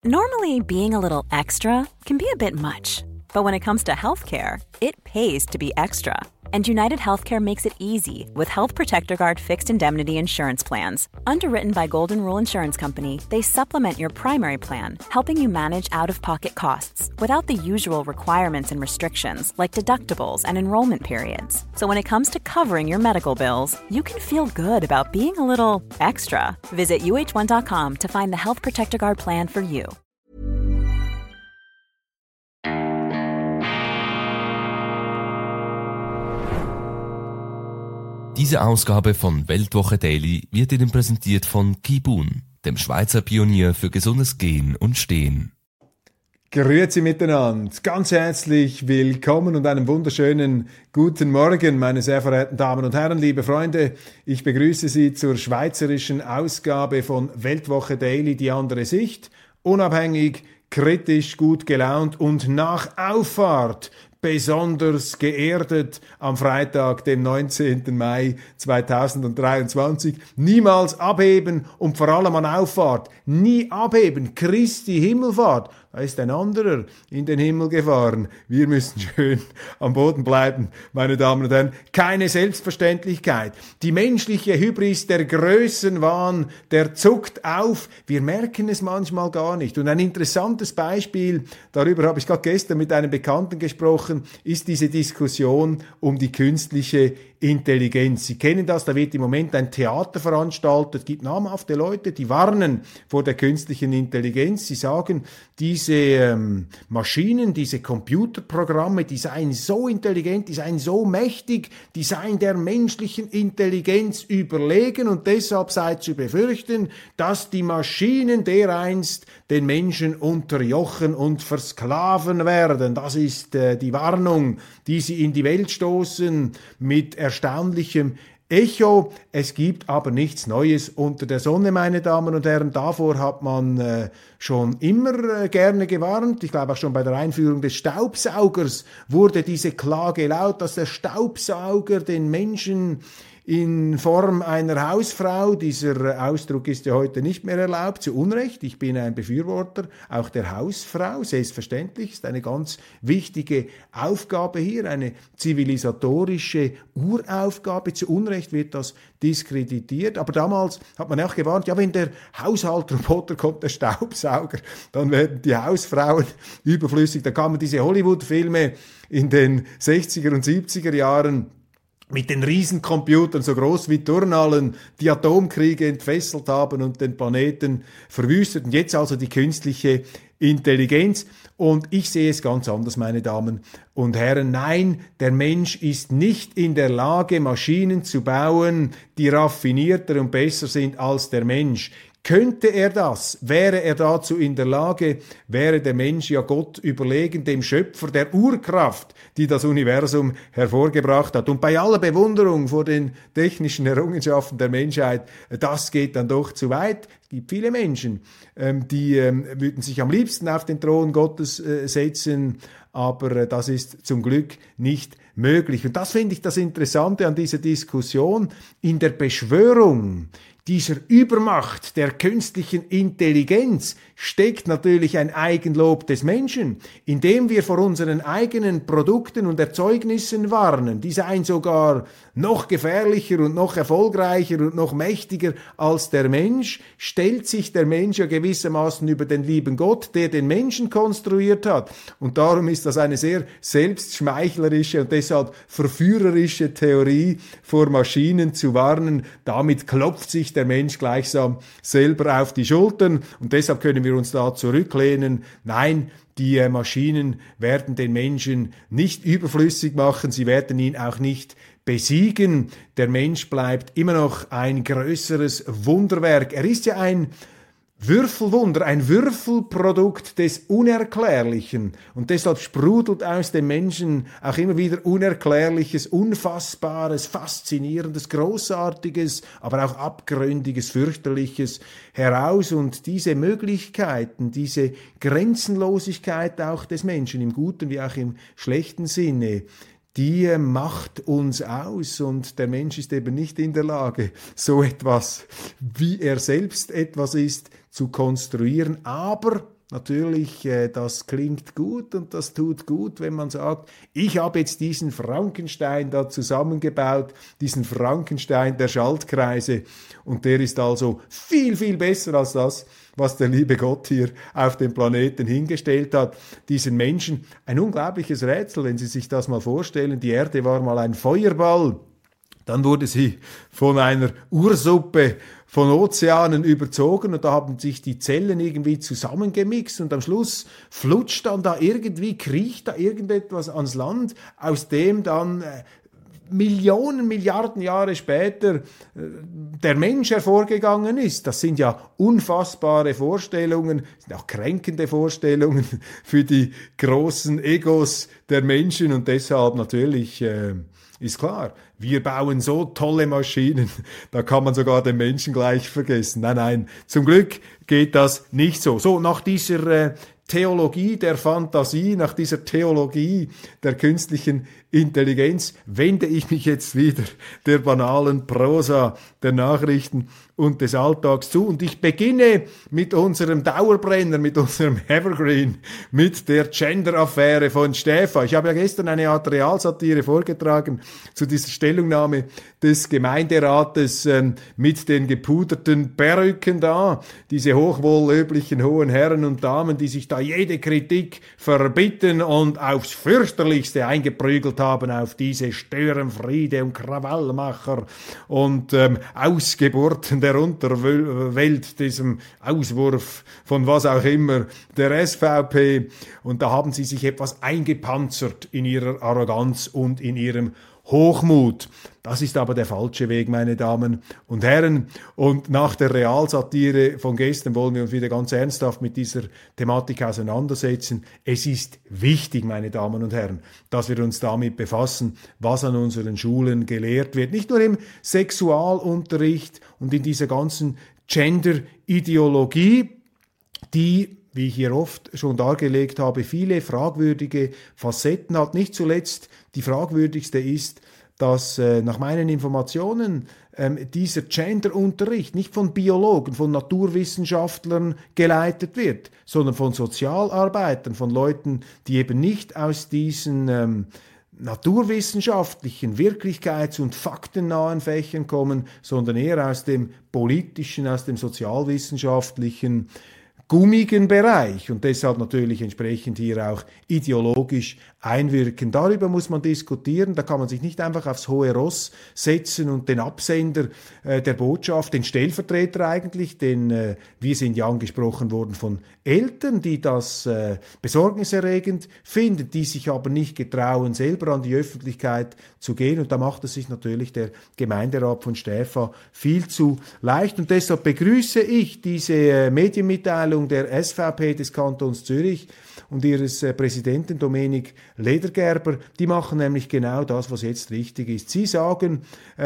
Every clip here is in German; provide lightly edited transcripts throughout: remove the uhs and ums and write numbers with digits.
Normally, being a little extra can be a bit much, but when it comes to healthcare, it pays to be extra. And United Healthcare makes it easy with Health Protector Guard fixed indemnity insurance plans. Underwritten by Golden Rule Insurance Company, they supplement your primary plan, helping you manage out-of-pocket costs without the usual requirements and restrictions like deductibles and enrollment periods. So when it comes to covering your medical bills, you can feel good about being a little extra. Visit uh1.com to find the Health Protector Guard plan for you. Diese Ausgabe von Weltwoche Daily wird Ihnen präsentiert von Kibun, dem Schweizer Pionier für gesundes Gehen und Stehen. Grüezi miteinander, ganz herzlich willkommen und einen wunderschönen guten Morgen, meine sehr verehrten Damen und Herren, liebe Freunde. Ich begrüße Sie zur schweizerischen Ausgabe von Weltwoche Daily, die andere Sicht, unabhängig, kritisch, gut gelaunt und nach Auffahrt besonders geerdet am Freitag, dem 19. Mai 2023. Niemals abheben und vor allem an Auffahrt nie abheben. Christi Himmelfahrt. Da ist ein anderer in den Himmel gefahren. Wir müssen schön am Boden bleiben, meine Damen und Herren. Keine Selbstverständlichkeit. Die menschliche Hybris, der Größenwahn, der zuckt auf. Wir merken es manchmal gar nicht. Und ein interessantes Beispiel, darüber habe ich gerade gestern mit einem Bekannten gesprochen, ist diese Diskussion um die künstliche Intelligenz. Sie kennen das, da wird im Moment ein Theater veranstaltet, es gibt namhafte Leute, die warnen vor der künstlichen Intelligenz. Sie sagen, diese Maschinen, diese Computerprogramme, die seien so intelligent, die seien so mächtig, die seien der menschlichen Intelligenz überlegen und deshalb sei zu befürchten, dass die Maschinen dereinst den Menschen unterjochen und versklaven werden. Das ist die Warnung, die sie in die Welt stoßen mit erstaunlichem Echo. Es gibt aber nichts Neues unter der Sonne, meine Damen und Herren. Davor hat man schon immer gerne gewarnt. Ich glaube auch schon bei der Einführung des Staubsaugers wurde diese Klage laut, dass der Staubsauger den Menschen in Form einer Hausfrau, dieser Ausdruck ist ja heute nicht mehr erlaubt, zu Unrecht, ich bin ein Befürworter auch der Hausfrau, selbstverständlich, ist eine ganz wichtige Aufgabe hier, eine zivilisatorische Uraufgabe, zu Unrecht wird das diskreditiert, aber damals hat man auch gewarnt, ja, wenn der Haushaltsroboter kommt, der Staubsauger, dann werden die Hausfrauen überflüssig, da kamen diese Hollywood-Filme in den 60er und 70er Jahren, mit den Riesencomputern, so groß wie Turnhallen, die Atomkriege entfesselt haben und den Planeten verwüstet. Und jetzt also die künstliche Intelligenz. Und ich sehe es ganz anders, meine Damen und Herren. Nein, der Mensch ist nicht in der Lage, Maschinen zu bauen, die raffinierter und besser sind als der Mensch. Könnte er das, wäre er dazu in der Lage, wäre der Mensch ja Gott überlegen, dem Schöpfer der Urkraft, die das Universum hervorgebracht hat. Und bei aller Bewunderung vor den technischen Errungenschaften der Menschheit, das geht dann doch zu weit. Es gibt viele Menschen, die würden sich am liebsten auf den Thron Gottes setzen, aber das ist zum Glück nicht möglich. Und das finde ich das Interessante an dieser Diskussion. In der Beschwörung dieser Übermacht der künstlichen Intelligenz steckt natürlich ein Eigenlob des Menschen, indem wir vor unseren eigenen Produkten und Erzeugnissen warnen. Die seien sogar noch gefährlicher und noch erfolgreicher und noch mächtiger als der Mensch, stellt sich der Mensch ja gewissermaßen über den lieben Gott, der den Menschen konstruiert hat. Und darum ist das eine sehr selbstschmeichlerische und deshalb verführerische Theorie, vor Maschinen zu warnen. Damit klopft sich der Mensch gleichsam selber auf die Schultern und deshalb können wir uns da zurücklehnen. Nein, die Maschinen werden den Menschen nicht überflüssig machen, sie werden ihn auch nicht besiegen. Der Mensch bleibt immer noch ein größeres Wunderwerk. Er ist ja ein Würfelwunder, ein Würfelprodukt des Unerklärlichen und deshalb sprudelt aus dem Menschen auch immer wieder Unerklärliches, Unfassbares, Faszinierendes, Großartiges, aber auch Abgründiges, Fürchterliches heraus und diese Möglichkeiten, diese Grenzenlosigkeit auch des Menschen im guten wie auch im schlechten Sinne, die macht uns aus und der Mensch ist eben nicht in der Lage, so etwas, wie er selbst etwas ist, zu konstruieren. Aber natürlich, das klingt gut und das tut gut, wenn man sagt, ich habe jetzt diesen Frankenstein da zusammengebaut, diesen Frankenstein der Schaltkreise, und der ist also viel, viel besser als das, was der liebe Gott hier auf dem Planeten hingestellt hat. Diesen Menschen ein unglaubliches Rätsel, wenn Sie sich das mal vorstellen. Die Erde war mal ein Feuerball. Dann wurde sie von einer Ursuppe von Ozeanen überzogen und da haben sich die Zellen irgendwie zusammengemixt und am Schluss flutscht dann da irgendwie, kriecht da irgendetwas ans Land, aus dem dann Millionen, Milliarden Jahre später der Mensch hervorgegangen ist. Das sind ja unfassbare Vorstellungen, sind auch kränkende Vorstellungen für die großen Egos der Menschen und deshalb natürlich ist klar, wir bauen so tolle Maschinen, da kann man sogar den Menschen gleich vergessen. Nein, nein, zum Glück geht das nicht so. So, nach dieser Theologie der Fantasie, nach dieser Theologie der künstlichen Intelligenz wende ich mich jetzt wieder der banalen Prosa der Nachrichten und des Alltags zu. Und ich beginne mit unserem Dauerbrenner, mit unserem Evergreen, mit der Gender-Affäre von Stäfa. Ich habe ja gestern eine Art Realsatire vorgetragen zu dieser Stellungnahme des Gemeinderates mit den gepuderten Perücken da, diese hochwohllöblichen hohen Herren und Damen, die sich da jede Kritik verbitten und aufs Fürchterlichste eingeprügelt haben auf diese Störenfriede und Krawallmacher und Ausgeburten der Unterwelt, diesem Auswurf von was auch immer der SVP. Und da haben sie sich etwas eingepanzert in ihrer Arroganz und in ihrem Hochmut. Das ist aber der falsche Weg, meine Damen und Herren. Und nach der Realsatire von gestern wollen wir uns wieder ganz ernsthaft mit dieser Thematik auseinandersetzen. Es ist wichtig, meine Damen und Herren, dass wir uns damit befassen, was an unseren Schulen gelehrt wird. Nicht nur im Sexualunterricht und in dieser ganzen Gender-Ideologie, die, wie ich hier oft schon dargelegt habe, viele fragwürdige Facetten hat. Nicht zuletzt die fragwürdigste ist, dass nach meinen Informationen dieser Gender-Unterricht nicht von Biologen, von Naturwissenschaftlern geleitet wird, sondern von Sozialarbeitern, von Leuten, die eben nicht aus diesen naturwissenschaftlichen, wirklichkeits- und faktennahen Fächern kommen, sondern eher aus dem politischen, aus dem sozialwissenschaftlichen, gummigen Bereich und deshalb natürlich entsprechend hier auch ideologisch einwirken. Darüber muss man diskutieren, da kann man sich nicht einfach aufs hohe Ross setzen und den Absender der Botschaft, den Stellvertreter eigentlich, denn wir sind ja angesprochen worden von Eltern, die das besorgniserregend finden, die sich aber nicht getrauen, selber an die Öffentlichkeit zu gehen und da macht es sich natürlich der Gemeinderat von Stäfa viel zu leicht und deshalb begrüße ich diese Medienmitteilung der SVP des Kantons Zürich und ihres Präsidenten Dominik Ledergerber, die machen nämlich genau das, was jetzt richtig ist. Sie sagen,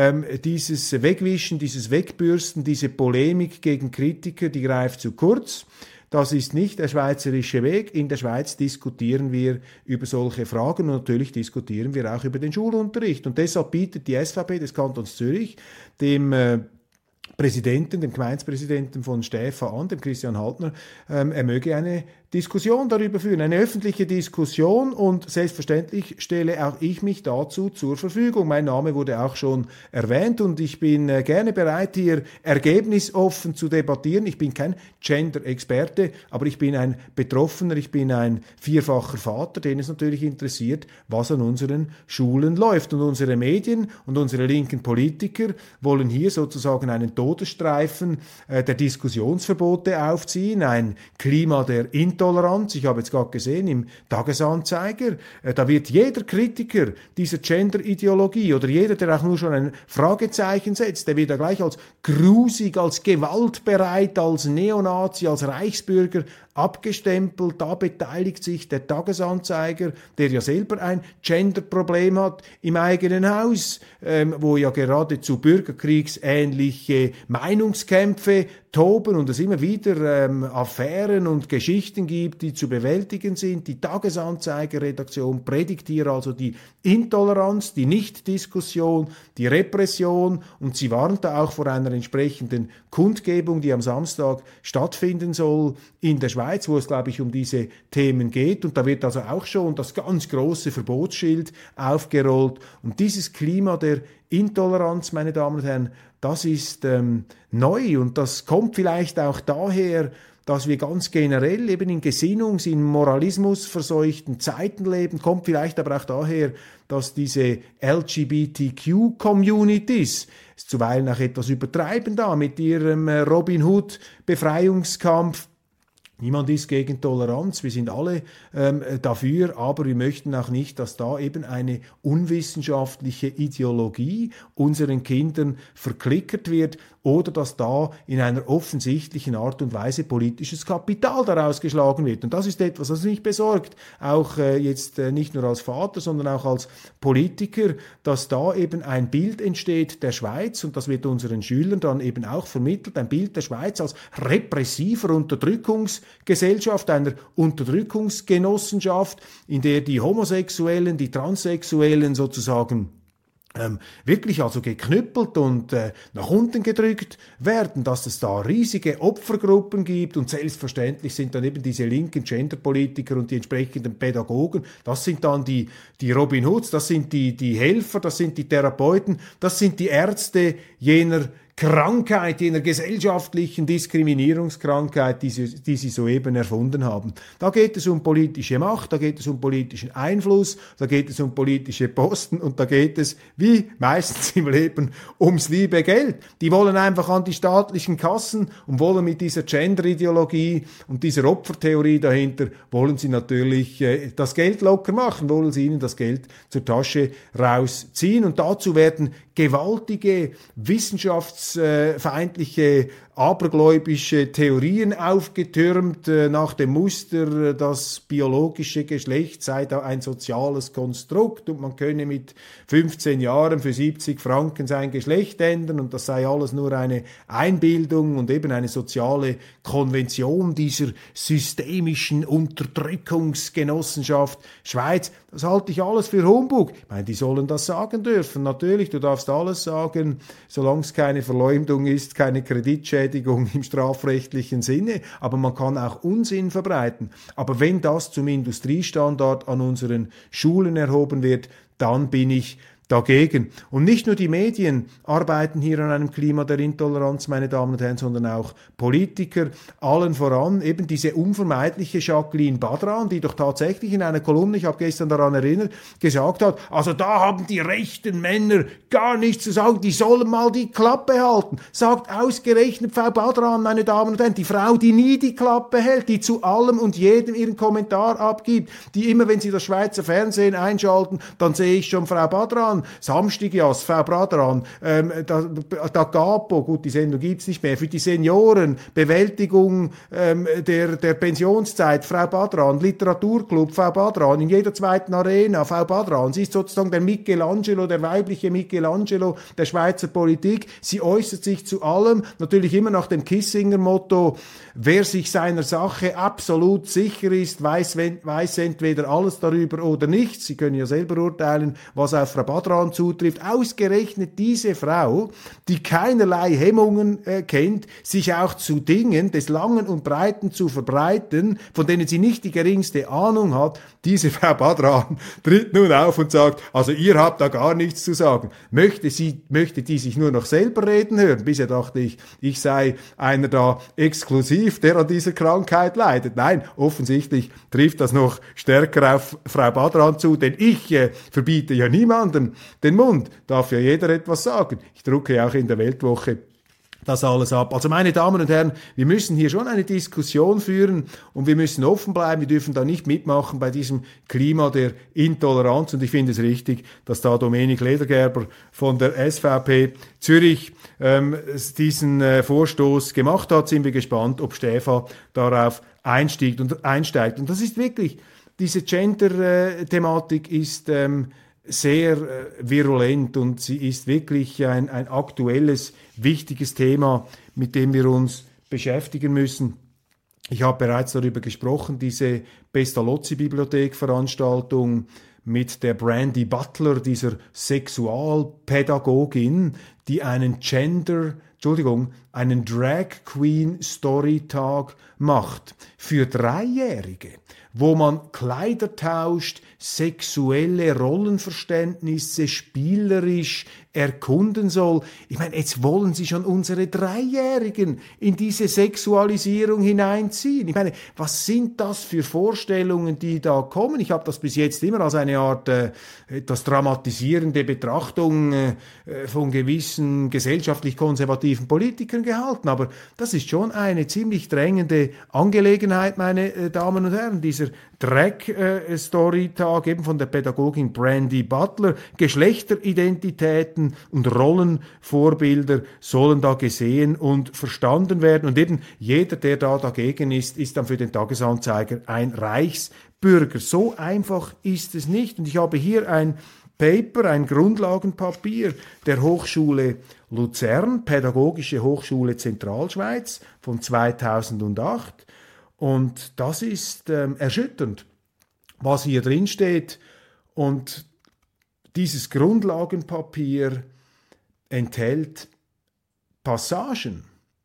dieses Wegwischen, dieses Wegbürsten, diese Polemik gegen Kritiker, die greift zu kurz. Das ist nicht der schweizerische Weg. In der Schweiz diskutieren wir über solche Fragen und natürlich diskutieren wir auch über den Schulunterricht. Und deshalb bietet die SVP des Kantons Zürich dem Präsidenten, dem Gemeindepräsidenten von Stäfa an, dem Christian Haltner, er möge eine Diskussion darüber führen, eine öffentliche Diskussion und selbstverständlich stelle auch ich mich dazu zur Verfügung. Mein Name wurde auch schon erwähnt und ich bin gerne bereit, hier ergebnisoffen zu debattieren. Ich bin kein Gender-Experte, aber ich bin ein Betroffener, ich bin ein vierfacher Vater, den es natürlich interessiert, was an unseren Schulen läuft. Und unsere Medien und unsere linken Politiker wollen hier sozusagen einen Todesstreifen der Diskussionsverbote aufziehen, ein Klima der Intoleranz. Ich habe jetzt gerade gesehen im Tagesanzeiger, da wird jeder Kritiker dieser Gender-Ideologie oder jeder, der auch nur schon ein Fragezeichen setzt, der wird da gleich als grusig, als gewaltbereit, als Neonazi, als Reichsbürger abgestempelt. Da beteiligt sich der Tagesanzeiger, der ja selber ein Gender-Problem hat im eigenen Haus, wo ja geradezu bürgerkriegsähnliche Meinungskämpfe toben und es immer wieder Affären und Geschichten gibt, die zu bewältigen sind. Die Tagesanzeiger-Redaktion predigt hier also die Intoleranz, die Nichtdiskussion, die Repression und sie warnte auch vor einer entsprechenden Kundgebung, die am Samstag stattfinden soll in der Schweiz. Schweiz, wo es, glaube ich, um diese Themen geht. Und da wird also auch schon das ganz große Verbotsschild aufgerollt. Und dieses Klima der Intoleranz, meine Damen und Herren, das ist neu und das kommt vielleicht auch daher, dass wir ganz generell eben in Gesinnungs-, in Moralismus verseuchten Zeiten leben, kommt vielleicht aber auch daher, dass diese LGBTQ-Communities es zuweilen auch etwas übertreiben da mit ihrem Robin Hood-Befreiungskampf. Niemand ist gegen Toleranz, wir sind alle dafür, aber wir möchten auch nicht, dass da eben eine unwissenschaftliche Ideologie unseren Kindern verklickert wird oder dass da in einer offensichtlichen Art und Weise politisches Kapital daraus geschlagen wird. Und das ist etwas, was mich besorgt, auch jetzt nicht nur als Vater, sondern auch als Politiker, dass da eben ein Bild entsteht der Schweiz, und das wird unseren Schülern dann eben auch vermittelt, ein Bild der Schweiz als repressiver Unterdrückungsgesellschaft, einer Unterdrückungsgenossenschaft, in der die Homosexuellen, die Transsexuellen sozusagen wirklich also geknüppelt und nach unten gedrückt werden, dass es da riesige Opfergruppen gibt, und selbstverständlich sind dann eben diese linken Genderpolitiker und die entsprechenden Pädagogen, das sind dann die Robin Hoods, das sind die Helfer, das sind die Therapeuten, das sind die Ärzte jener Krankheit, jener gesellschaftlichen Diskriminierungskrankheit, die sie soeben erfunden haben. Da geht es um politische Macht, da geht es um politischen Einfluss, da geht es um politische Posten und da geht es, wie meistens im Leben, ums liebe Geld. Die wollen einfach an die staatlichen Kassen und wollen mit dieser Gender-Ideologie und dieser Opfertheorie dahinter, wollen sie natürlich das Geld locker machen, wollen sie ihnen das Geld zur Tasche rausziehen, und dazu werden gewaltige wissenschaftsfeindliche, abergläubische Theorien aufgetürmt, nach dem Muster, das biologische Geschlecht sei da ein soziales Konstrukt und man könne mit 15 Jahren für 70 Franken sein Geschlecht ändern und das sei alles nur eine Einbildung und eben eine soziale Konvention dieser systemischen Unterdrückungsgenossenschaft Schweiz. Das halte ich alles für Humbug. Ich meine, die sollen das sagen dürfen. Natürlich, du darfst alles sagen, solange es keine Verleumdung ist, keine Kreditschädigung im strafrechtlichen Sinne, aber man kann auch Unsinn verbreiten. Aber wenn das zum Industriestandard an unseren Schulen erhoben wird, dann bin ich dagegen. Und nicht nur die Medien arbeiten hier an einem Klima der Intoleranz, meine Damen und Herren, sondern auch Politiker, allen voran eben diese unvermeidliche Jacqueline Badran, die doch tatsächlich in einer Kolumne, ich habe gestern daran erinnert, gesagt hat, also da haben die rechten Männer gar nichts zu sagen, die sollen mal die Klappe halten. Sagt ausgerechnet Frau Badran, meine Damen und Herren, die Frau, die nie die Klappe hält, die zu allem und jedem ihren Kommentar abgibt, die immer, wenn sie das Schweizer Fernsehen einschalten, dann sehe ich schon Frau Badran, Samstigias, Frau Badran, da Gapo, gut, die Sendung gibt's nicht mehr, für die Senioren, Bewältigung der Pensionszeit, Frau Badran, Literaturclub, Frau Badran, in jeder zweiten Arena, Frau Badran, sie ist sozusagen der Michelangelo, der weibliche Michelangelo der Schweizer Politik, sie äußert sich zu allem, natürlich immer nach dem Kissinger-Motto, wer sich seiner Sache absolut sicher ist, weiß entweder alles darüber oder nichts, Sie können ja selber urteilen, was auf Frau Badran zutrifft, ausgerechnet diese Frau, die keinerlei Hemmungen kennt, sich auch zu Dingen des Langen und Breiten zu verbreiten, von denen sie nicht die geringste Ahnung hat, diese Frau Badran tritt nun auf und sagt, also ihr habt da gar nichts zu sagen. Möchte die sich nur noch selber reden hören? Bisher dachte ich sei einer da exklusiv, der an dieser Krankheit leidet. Nein, offensichtlich trifft das noch stärker auf Frau Badran zu, denn ich verbiete ja niemandem den Mund, darf ja jeder etwas sagen. Ich drucke auch in der Weltwoche das alles ab. Also meine Damen und Herren, wir müssen hier schon eine Diskussion führen und wir müssen offen bleiben, wir dürfen da nicht mitmachen bei diesem Klima der Intoleranz und ich finde es richtig, dass da Dominique Ledergerber von der SVP Zürich diesen Vorstoß gemacht hat. Sind wir gespannt, ob Stephan darauf einsteigt. Und das ist wirklich, diese Gender-Thematik ist sehr virulent und sie ist wirklich ein aktuelles, wichtiges Thema, mit dem wir uns beschäftigen müssen. Ich habe bereits darüber gesprochen, diese Pestalozzi-Bibliothek-Veranstaltung mit der Brandy Butler, dieser Sexualpädagogin, die einen Drag Queen Storytag macht für Dreijährige, wo man Kleider tauscht, sexuelle Rollenverständnisse spielerisch erkunden soll. Ich meine, jetzt wollen Sie schon unsere Dreijährigen in diese Sexualisierung hineinziehen. Ich meine, was sind das für Vorstellungen, die da kommen? Ich habe das bis jetzt immer als eine Art etwas dramatisierende Betrachtung von gewissen gesellschaftlich konservativen Politikern gehalten. Aber das ist schon eine ziemlich drängende Angelegenheit, meine Damen und Herren. Dieser Drag-Storytag eben von der Pädagogin Brandy Butler. Geschlechteridentitäten und Rollenvorbilder sollen da gesehen und verstanden werden. Und eben jeder, der da dagegen ist, ist dann für den Tagesanzeiger ein Reichsbürger. So einfach ist es nicht. Und ich habe hier ein Paper, ein Grundlagenpapier der Hochschule Luzern, Pädagogische Hochschule Zentralschweiz von 2008. Und das ist erschütternd, was hier drin steht. Und dieses Grundlagenpapier enthält Passagen,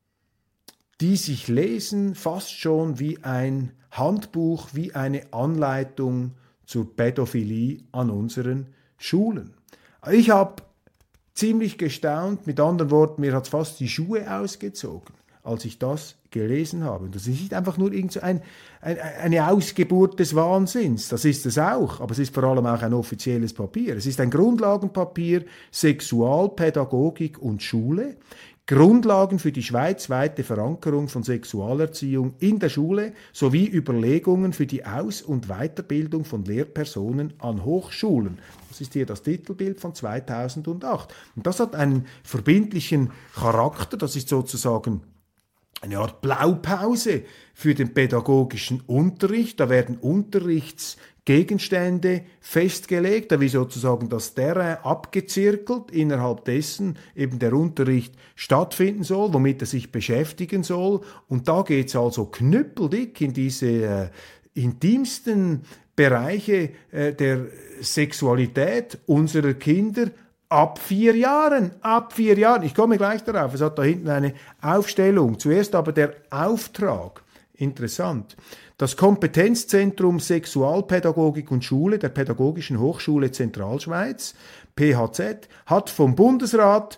die sich lesen fast schon wie ein Handbuch, wie eine Anleitung zur Pädophilie an unseren Schulen. Ich habe ziemlich gestaunt, mit anderen Worten, mir hat es fast die Schuhe ausgezogen, als ich das gelesen habe. Und das ist nicht einfach nur eine Ausgeburt des Wahnsinns, das ist es auch, aber es ist vor allem auch ein offizielles Papier. Es ist ein Grundlagenpapier Sexualpädagogik und Schule, Grundlagen für die schweizweite Verankerung von Sexualerziehung in der Schule sowie Überlegungen für die Aus- und Weiterbildung von Lehrpersonen an Hochschulen. Das ist hier das Titelbild von 2008. Und das hat einen verbindlichen Charakter, das ist sozusagen eine Art Blaupause für den pädagogischen Unterricht. Da werden Unterrichtsgegenstände festgelegt, da wird sozusagen das Terrain abgezirkelt, innerhalb dessen eben der Unterricht stattfinden soll, womit er sich beschäftigen soll. Und da geht es also knüppeldick in diese intimsten Bereiche der Sexualität unserer Kinder, Ab 4 Jahren. Ich komme gleich darauf. Es hat da hinten eine Aufstellung. Zuerst aber der Auftrag. Interessant. Das Kompetenzzentrum Sexualpädagogik und Schule der Pädagogischen Hochschule Zentralschweiz, PHZ, hat vom Bundesamt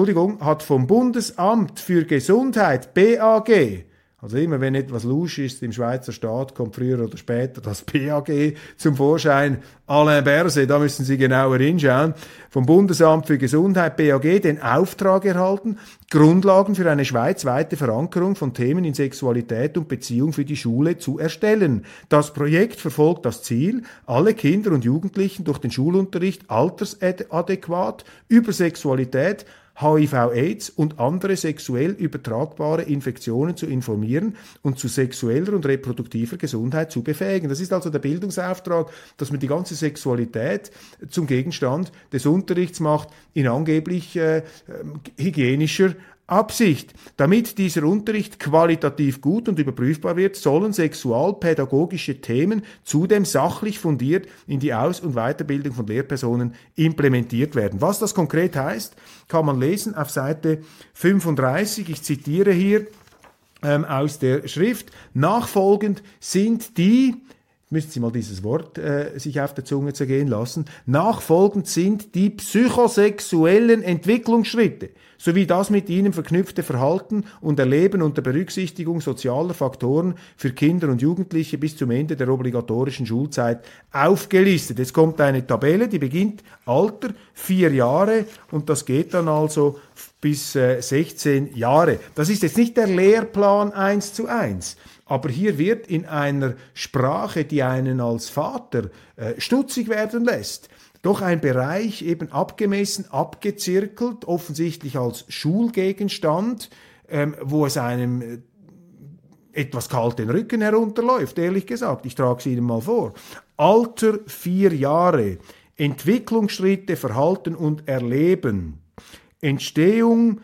für Gesundheit, BAG, also immer wenn etwas lusch ist im Schweizer Staat, kommt früher oder später das BAG zum Vorschein. Alain Berset, da müssen Sie genauer hinschauen. Vom Bundesamt für Gesundheit, BAG, den Auftrag erhalten, Grundlagen für eine schweizweite Verankerung von Themen in Sexualität und Beziehung für die Schule zu erstellen. Das Projekt verfolgt das Ziel, alle Kinder und Jugendlichen durch den Schulunterricht altersadäquat über Sexualität, HIV/AIDS und andere sexuell übertragbare Infektionen zu informieren und zu sexueller und reproduktiver Gesundheit zu befähigen. Das ist also der Bildungsauftrag, dass man die ganze Sexualität zum Gegenstand des Unterrichts macht, in angeblich hygienischer Absicht. Damit dieser Unterricht qualitativ gut und überprüfbar wird, sollen sexualpädagogische Themen zudem sachlich fundiert in die Aus- und Weiterbildung von Lehrpersonen implementiert werden. Was das konkret heißt, kann man lesen auf Seite 35. Ich zitiere hier aus der Schrift. Nachfolgend sind die, müssen Sie mal dieses Wort sich auf der Zunge zergehen lassen, nachfolgend sind die psychosexuellen Entwicklungsschritte sowie das mit ihnen verknüpfte Verhalten und Erleben unter Berücksichtigung sozialer Faktoren für Kinder und Jugendliche bis zum Ende der obligatorischen Schulzeit aufgelistet. Jetzt kommt eine Tabelle, die beginnt Alter 4 Jahre und das geht dann also bis 16 Jahre. Das ist jetzt nicht der Lehrplan 1:1. Aber hier wird in einer Sprache, die einen als Vater stutzig werden lässt, doch ein Bereich eben abgemessen, abgezirkelt, offensichtlich als Schulgegenstand, wo es einem etwas kalt den Rücken herunterläuft, ehrlich gesagt. Ich trage es Ihnen mal vor. Alter 4 Jahre, Entwicklungsschritte, Verhalten und Erleben, Entstehung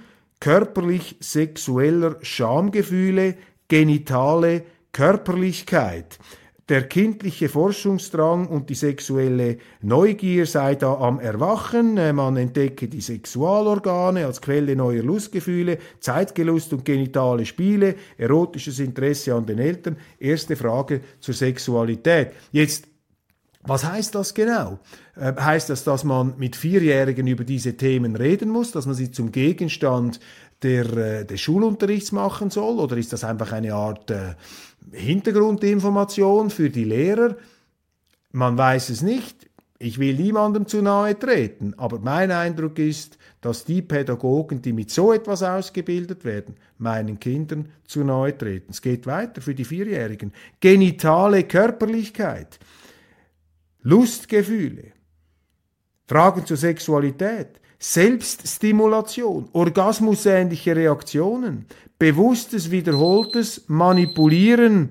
körperlich-sexueller Schamgefühle, genitale Körperlichkeit. der kindliche Forschungsdrang und die sexuelle Neugier sei da am Erwachen. Man entdecke die Sexualorgane als Quelle neuer Lustgefühle, Zeitgelust und genitale Spiele, erotisches Interesse an den Eltern. Erste Frage zur Sexualität. Jetzt, was heißt das genau? Heißt das, dass man mit 4-Jährigen über diese Themen reden muss, dass man sie zum Gegenstand des Schulunterrichts machen soll? Oder ist das einfach eine Art Hintergrundinformation für die Lehrer? Man weiß es nicht. Ich will niemandem zu nahe treten, aber mein Eindruck ist, dass die Pädagogen, die mit so etwas ausgebildet werden, meinen Kindern zu nahe treten. Es geht weiter für die 4-Jährigen. Genitale Körperlichkeit, Lustgefühle, Fragen zur Sexualität, Selbststimulation, orgasmusähnliche Reaktionen, bewusstes, wiederholtes Manipulieren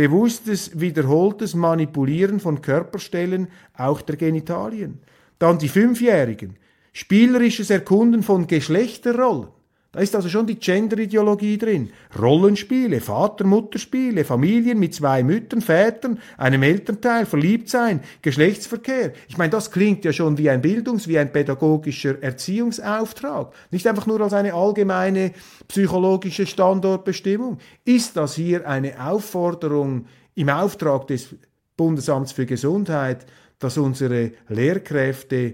von Körperstellen, auch der Genitalien. Dann die 5-Jährigen, spielerisches Erkunden von Geschlechterrollen. Da ist also schon die Gender-Ideologie drin. Rollenspiele, Vater-Mutter-Spiele, Familien mit 2 Müttern, Vätern, einem Elternteil, Verliebtsein, Geschlechtsverkehr. Ich meine, das klingt ja schon wie ein wie ein pädagogischer Erziehungsauftrag. Nicht einfach nur als eine allgemeine psychologische Standortbestimmung. Ist das hier eine Aufforderung im Auftrag des Bundesamts für Gesundheit, dass unsere Lehrkräfte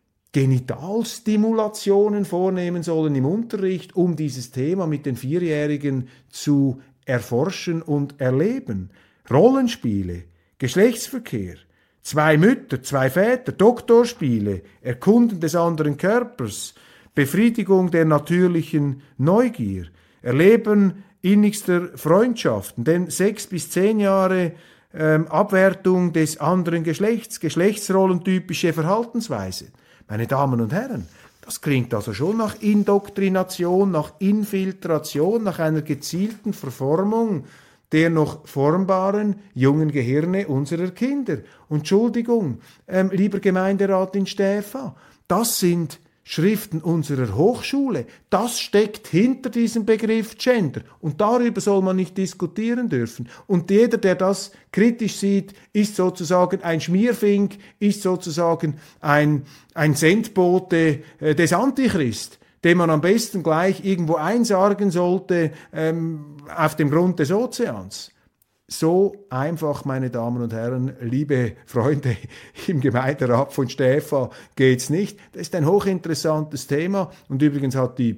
Genitalstimulationen vornehmen sollen im Unterricht, um dieses Thema mit den 4-Jährigen zu erforschen und erleben? Rollenspiele, Geschlechtsverkehr, 2 Mütter, 2 Väter, Doktorspiele, Erkunden des anderen Körpers, Befriedigung der natürlichen Neugier, Erleben innigster Freundschaften, denn 6 bis 10 Jahre Abwertung des anderen Geschlechts, geschlechtsrollentypische Verhaltensweise. Meine Damen und Herren, das klingt also schon nach Indoktrination, nach Infiltration, nach einer gezielten Verformung der noch formbaren jungen Gehirne unserer Kinder. Und Entschuldigung, lieber Gemeinderat in Stäfa, das sind Schriften unserer Hochschule. Das steckt hinter diesem Begriff Gender. Und darüber soll man nicht diskutieren dürfen. Und jeder, der das kritisch sieht, ist sozusagen ein Schmierfink, ist sozusagen ein Sendbote des Antichrist, den man am besten gleich irgendwo einsargen sollte auf dem Grund des Ozeans. So einfach, meine Damen und Herren, liebe Freunde im Gemeinderat von Stäfa, geht's nicht. Das ist ein hochinteressantes Thema und übrigens hat die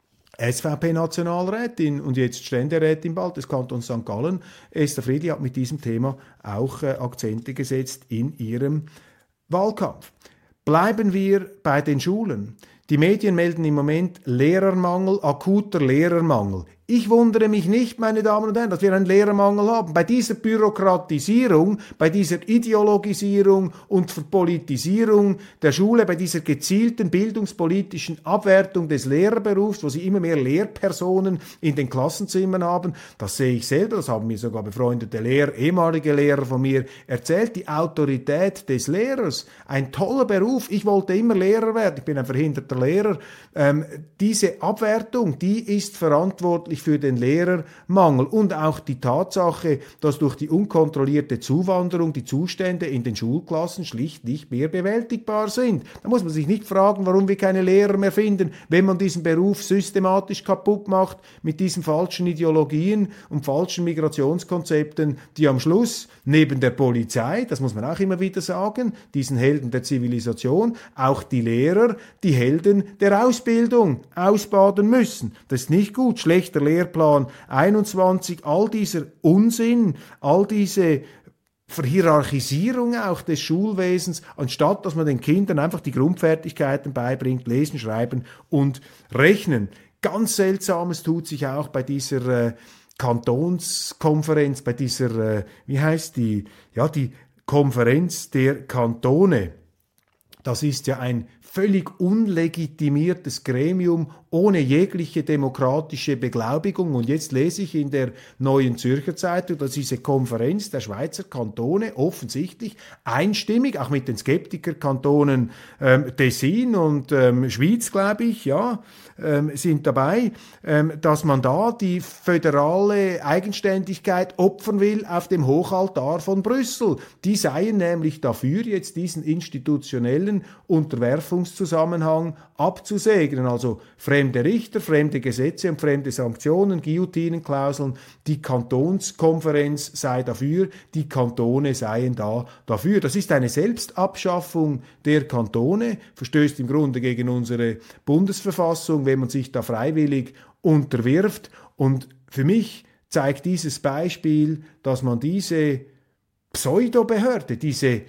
SVP-Nationalrätin und jetzt Ständerätin bald des Kantons St. Gallen, Esther Friedli, hat mit diesem Thema auch Akzente gesetzt in ihrem Wahlkampf. Bleiben wir bei den Schulen. Die Medien melden im Moment Lehrermangel, akuter Lehrermangel. Ich wundere mich nicht, meine Damen und Herren, dass wir einen Lehrermangel haben. Bei dieser Bürokratisierung, bei dieser Ideologisierung und Verpolitisierung der Schule, bei dieser gezielten bildungspolitischen Abwertung des Lehrerberufs, wo sie immer mehr Lehrpersonen in den Klassenzimmern haben, das sehe ich selber, das haben mir sogar befreundete ehemalige Lehrer von mir erzählt, die Autorität des Lehrers, ein toller Beruf, ich wollte immer Lehrer werden, ich bin ein verhinderter Lehrer, diese Abwertung, die ist verantwortlich für den Lehrermangel und auch die Tatsache, dass durch die unkontrollierte Zuwanderung die Zustände in den Schulklassen schlicht nicht mehr bewältigbar sind. Da muss man sich nicht fragen, warum wir keine Lehrer mehr finden, wenn man diesen Beruf systematisch kaputt macht mit diesen falschen Ideologien und falschen Migrationskonzepten, die am Schluss neben der Polizei, das muss man auch immer wieder sagen, diesen Helden der Zivilisation, auch die Lehrer, die Helden der Ausbildung ausbaden müssen. Das ist nicht gut. Schlechter Lehrplan 21, all dieser Unsinn, all diese Verhierarchisierung auch des Schulwesens, anstatt dass man den Kindern einfach die Grundfertigkeiten beibringt, lesen, schreiben und rechnen. Ganz Seltsames tut sich auch bei dieser Kantonskonferenz, bei dieser, wie heißt die? Ja, die Konferenz der Kantone. Das ist ja ein völlig unlegitimiertes Gremium ohne jegliche demokratische Beglaubigung. Und jetzt lese ich in der Neuen Zürcher Zeitung, dass diese Konferenz der Schweizer Kantone offensichtlich einstimmig, auch mit den Skeptikerkantonen Tessin und Schwyz, glaube ich, ja, sind dabei, dass man da die föderale Eigenständigkeit opfern will auf dem Hochaltar von Brüssel. Die seien nämlich dafür, jetzt diesen institutionellen Unterwerfungszusammenhang abzusegnen. Also fremde Richter, fremde Gesetze und fremde Sanktionen, Guillotinenklauseln. Die Kantonskonferenz sei dafür, die Kantone seien da dafür. Das ist eine Selbstabschaffung der Kantone, verstößt im Grunde gegen unsere Bundesverfassung, wenn man sich da freiwillig unterwirft. Und für mich zeigt dieses Beispiel, dass man diese Pseudobehörde, diese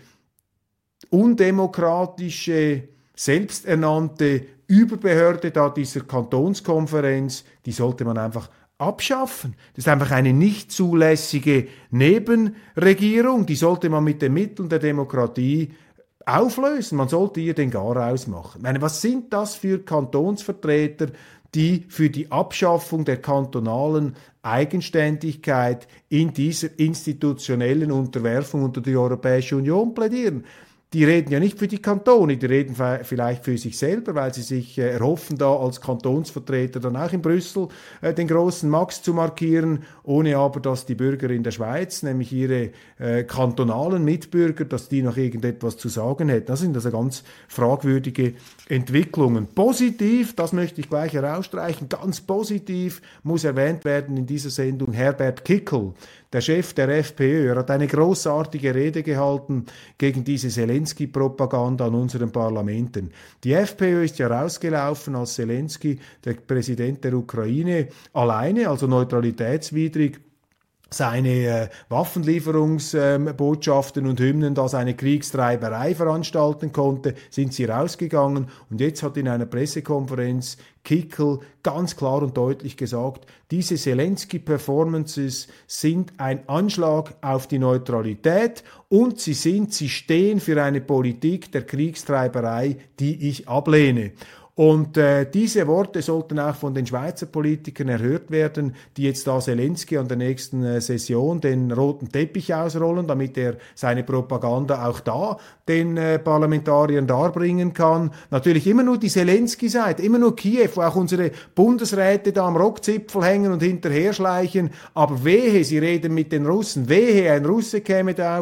undemokratische, selbsternannte Überbehörde da dieser Kantonskonferenz, die sollte man einfach abschaffen. Das ist einfach eine nicht zulässige Nebenregierung, die sollte man mit den Mitteln der Demokratie auflösen. Man sollte ihr den Garaus machen. Ich meine, was sind das für Kantonsvertreter, die für die Abschaffung der kantonalen Eigenständigkeit in dieser institutionellen Unterwerfung unter die Europäische Union plädieren? Die reden ja nicht für die Kantone, die reden vielleicht für sich selber, weil sie sich erhoffen, da als Kantonsvertreter dann auch in Brüssel den großen Max zu markieren, ohne aber, dass die Bürger in der Schweiz, nämlich ihre kantonalen Mitbürger, dass die noch irgendetwas zu sagen hätten. Das sind also ganz fragwürdige Entwicklungen. Positiv, das möchte ich gleich herausstreichen, ganz positiv muss erwähnt werden in dieser Sendung Herbert Kickl, der Chef der FPÖ. Er hat eine großartige Rede gehalten gegen diese Zelensky-Propaganda an unseren Parlamenten. Die FPÖ ist ja rausgelaufen, als Zelensky, der Präsident der Ukraine, alleine, also neutralitätswidrig, seine Waffenlieferungsbotschaften und Hymnen, da seine Kriegstreiberei veranstalten konnte, sind sie rausgegangen. Und jetzt hat in einer Pressekonferenz Kickl ganz klar und deutlich gesagt, diese Zelensky-Performances sind ein Anschlag auf die Neutralität und sie stehen für eine Politik der Kriegstreiberei, die ich ablehne. Und diese Worte sollten auch von den Schweizer Politikern erhört werden, die jetzt da Zelensky an der nächsten Session den roten Teppich ausrollen, damit er seine Propaganda auch da den Parlamentariern darbringen kann. Natürlich immer nur die Zelensky-Seite, immer nur Kiew, wo auch unsere Bundesräte da am Rockzipfel hängen und hinterher schleichen. Aber wehe, sie reden mit den Russen. Wehe, ein Russe käme da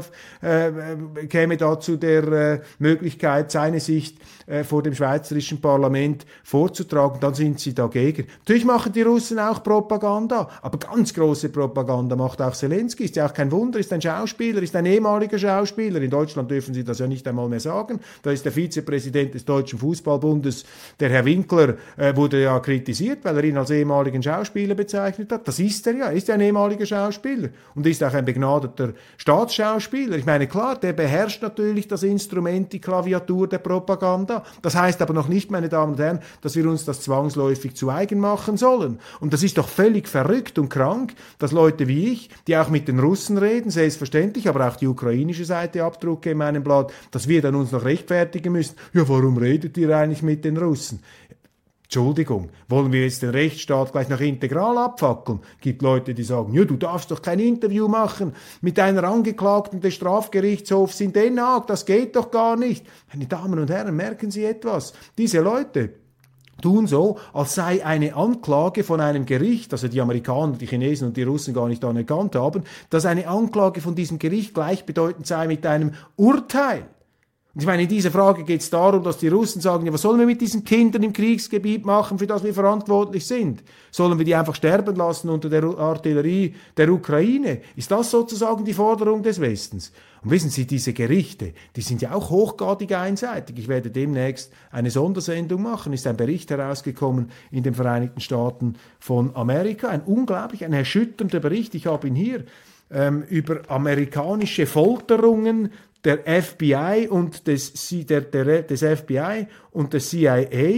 zu der Möglichkeit, seine Sicht vor dem schweizerischen Parlament vorzutragen, dann sind sie dagegen. Natürlich machen die Russen auch Propaganda, aber ganz große Propaganda macht auch Zelensky. Ist ja auch kein Wunder, ist ein Schauspieler, ist ein ehemaliger Schauspieler. In Deutschland dürfen sie das ja nicht einmal mehr sagen. Da ist der Vizepräsident des Deutschen Fußballbundes, der Herr Winkler, wurde ja kritisiert, weil er ihn als ehemaligen Schauspieler bezeichnet hat. Das ist er ja, ist ja ein ehemaliger Schauspieler und ist auch ein begnadeter Staatsschauspieler. Ich meine, klar, der beherrscht natürlich das Instrument, die Klaviatur der Propaganda. Das heißt aber noch nicht, meine Damen und Herren, dass wir uns das zwangsläufig zu eigen machen sollen. Und das ist doch völlig verrückt und krank, dass Leute wie ich, die auch mit den Russen reden, selbstverständlich, aber auch die ukrainische Seite abdrucke in meinem Blatt, dass wir dann uns noch rechtfertigen müssen. Ja, warum redet ihr eigentlich mit den Russen? Entschuldigung, wollen wir jetzt den Rechtsstaat gleich noch integral abfackeln? Gibt Leute, die sagen, ja, du darfst doch kein Interview machen mit einer Angeklagten des Strafgerichtshofs in Den Haag, das geht doch gar nicht. Meine Damen und Herren, merken Sie etwas? Diese Leute tun so, als sei eine Anklage von einem Gericht, also die Amerikaner, die Chinesen und die Russen gar nicht anerkannt haben, dass eine Anklage von diesem Gericht gleichbedeutend sei mit einem Urteil. Und ich meine, in dieser Frage geht es darum, dass die Russen sagen, ja, was sollen wir mit diesen Kindern im Kriegsgebiet machen, für das wir verantwortlich sind? Sollen wir die einfach sterben lassen unter der Artillerie der Ukraine? Ist das sozusagen die Forderung des Westens? Und wissen Sie, diese Gerichte, die sind ja auch hochgradig einseitig. Ich werde demnächst eine Sondersendung machen. Ist ein Bericht herausgekommen in den Vereinigten Staaten von Amerika. Ein erschütternder Bericht. Ich habe ihn hier über amerikanische Folterungen der FBI und des FBI und des CIA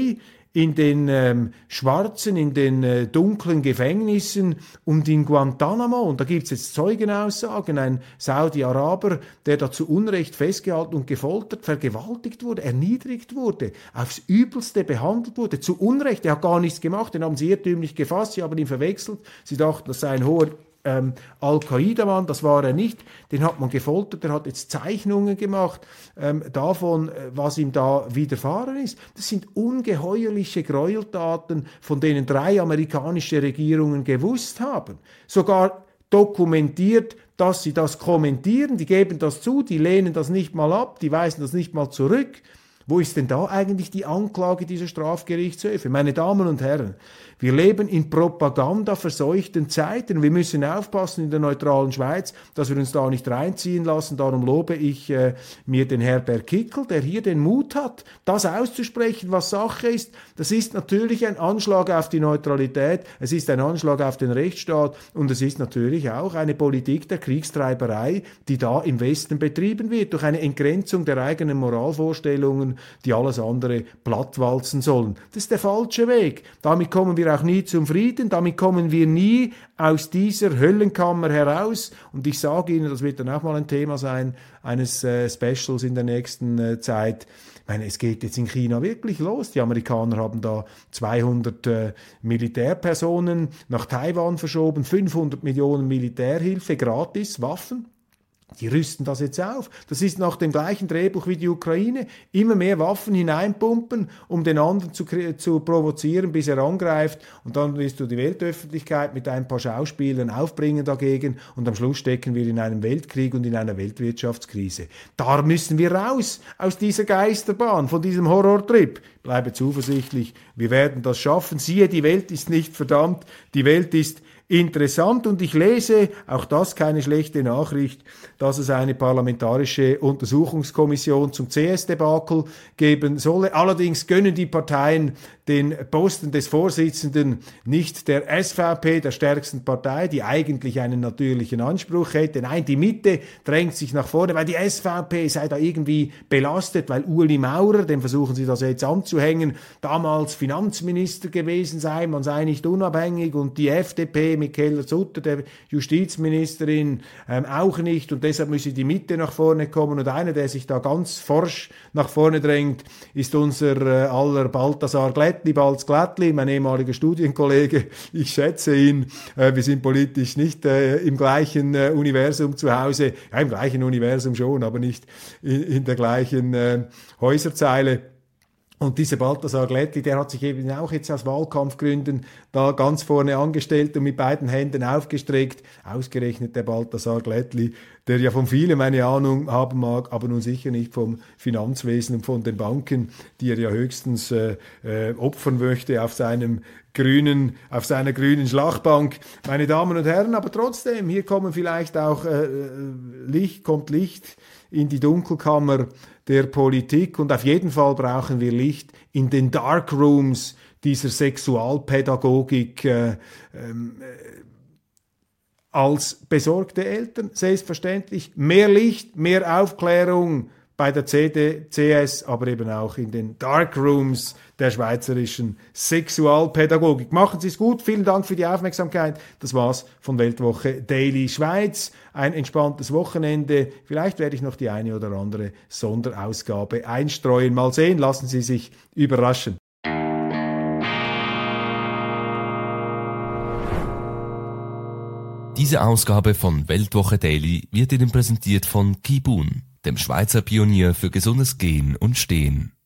in den schwarzen, in den dunklen Gefängnissen und in Guantanamo. Und da gibt es jetzt Zeugenaussagen, ein Saudi-Araber, der da zu Unrecht festgehalten und gefoltert, vergewaltigt wurde, erniedrigt wurde, aufs Übelste behandelt wurde, zu Unrecht. Er hat gar nichts gemacht, den haben sie irrtümlich gefasst, sie haben ihn verwechselt, sie dachten, das sei ein hoher Al-Qaida-Mann, das war er nicht, den hat man gefoltert, er hat jetzt Zeichnungen gemacht davon, was ihm da widerfahren ist. Das sind ungeheuerliche Gräueltaten, von denen 3 amerikanische Regierungen gewusst haben, sogar dokumentiert, dass sie das kommentieren, die geben das zu, die lehnen das nicht mal ab, die weisen das nicht mal zurück. Wo ist denn da eigentlich die Anklage dieser Strafgerichtshöfe? Meine Damen und Herren, wir leben in propagandaverseuchten Zeiten. Wir müssen aufpassen in der neutralen Schweiz, dass wir uns da nicht reinziehen lassen. Darum lobe ich mir den Herbert Kickl, der hier den Mut hat, das auszusprechen, was Sache ist. Das ist natürlich ein Anschlag auf die Neutralität, es ist ein Anschlag auf den Rechtsstaat und es ist natürlich auch eine Politik der Kriegstreiberei, die da im Westen betrieben wird, durch eine Entgrenzung der eigenen Moralvorstellungen, die alles andere plattwalzen sollen. Das ist der falsche Weg. Damit kommen wir auch nie zum Frieden, damit kommen wir nie aus dieser Höllenkammer heraus. Und ich sage Ihnen, das wird dann auch mal ein Thema sein, eines Specials in der nächsten Zeit. Ich meine, es geht jetzt in China wirklich los. Die Amerikaner haben da 200 Militärpersonen nach Taiwan verschoben, 500 Millionen Militärhilfe, gratis, Waffen. Die rüsten das jetzt auf. Das ist nach dem gleichen Drehbuch wie die Ukraine. Immer mehr Waffen hineinpumpen, um den anderen zu provozieren, bis er angreift. Und dann wirst du die Weltöffentlichkeit mit ein paar Schauspielern aufbringen dagegen. Und am Schluss stecken wir in einem Weltkrieg und in einer Weltwirtschaftskrise. Da müssen wir raus aus dieser Geisterbahn, von diesem Horrortrip. Bleibe zuversichtlich, wir werden das schaffen. Siehe, die Welt ist nicht verdammt, die Welt ist interessant und ich lese, auch das keine schlechte Nachricht, dass es eine parlamentarische Untersuchungskommission zum CS-Debakel geben solle. Allerdings gönnen die Parteien den Posten des Vorsitzenden nicht der SVP, der stärksten Partei, die eigentlich einen natürlichen Anspruch hätte. Nein, die Mitte drängt sich nach vorne, weil die SVP sei da irgendwie belastet, weil Ueli Maurer, dem versuchen sie das jetzt anzuhängen, damals Finanzminister gewesen sei, man sei nicht unabhängig und die FDP mit Keller-Sutter, der Justizministerin, auch nicht und deshalb müsse die Mitte nach vorne kommen und einer, der sich da ganz forsch nach vorne drängt, ist unser aller Balthasar Balz Glättli, mein ehemaliger Studienkollege. Ich schätze ihn. Wir sind politisch nicht im gleichen Universum zu Hause. Ja, im gleichen Universum schon, aber nicht in der gleichen Häuserzeile. Und dieser Balthasar Glättli, der hat sich eben auch jetzt aus Wahlkampfgründen da ganz vorne angestellt und mit beiden Händen aufgestreckt. Ausgerechnet der Balthasar Glättli, der ja von vielem eine Ahnung haben mag, aber nun sicher nicht vom Finanzwesen und von den Banken, die er ja höchstens opfern möchte auf seiner grünen Schlachtbank. Meine Damen und Herren, aber trotzdem, hier kommen vielleicht auch kommt Licht in die Dunkelkammer der Politik und auf jeden Fall brauchen wir Licht in den Dark Rooms dieser Sexualpädagogik als besorgte Eltern. Selbstverständlich mehr Licht, mehr Aufklärung bei der CS, aber eben auch in den Dark Rooms der schweizerischen Sexualpädagogik. Machen Sie es gut, vielen Dank für die Aufmerksamkeit. Das war's von Weltwoche Daily Schweiz. Ein entspanntes Wochenende. Vielleicht werde ich noch die eine oder andere Sonderausgabe einstreuen. Mal sehen, lassen Sie sich überraschen. Diese Ausgabe von Weltwoche Daily wird Ihnen präsentiert von Kibun, dem Schweizer Pionier für gesundes Gehen und Stehen.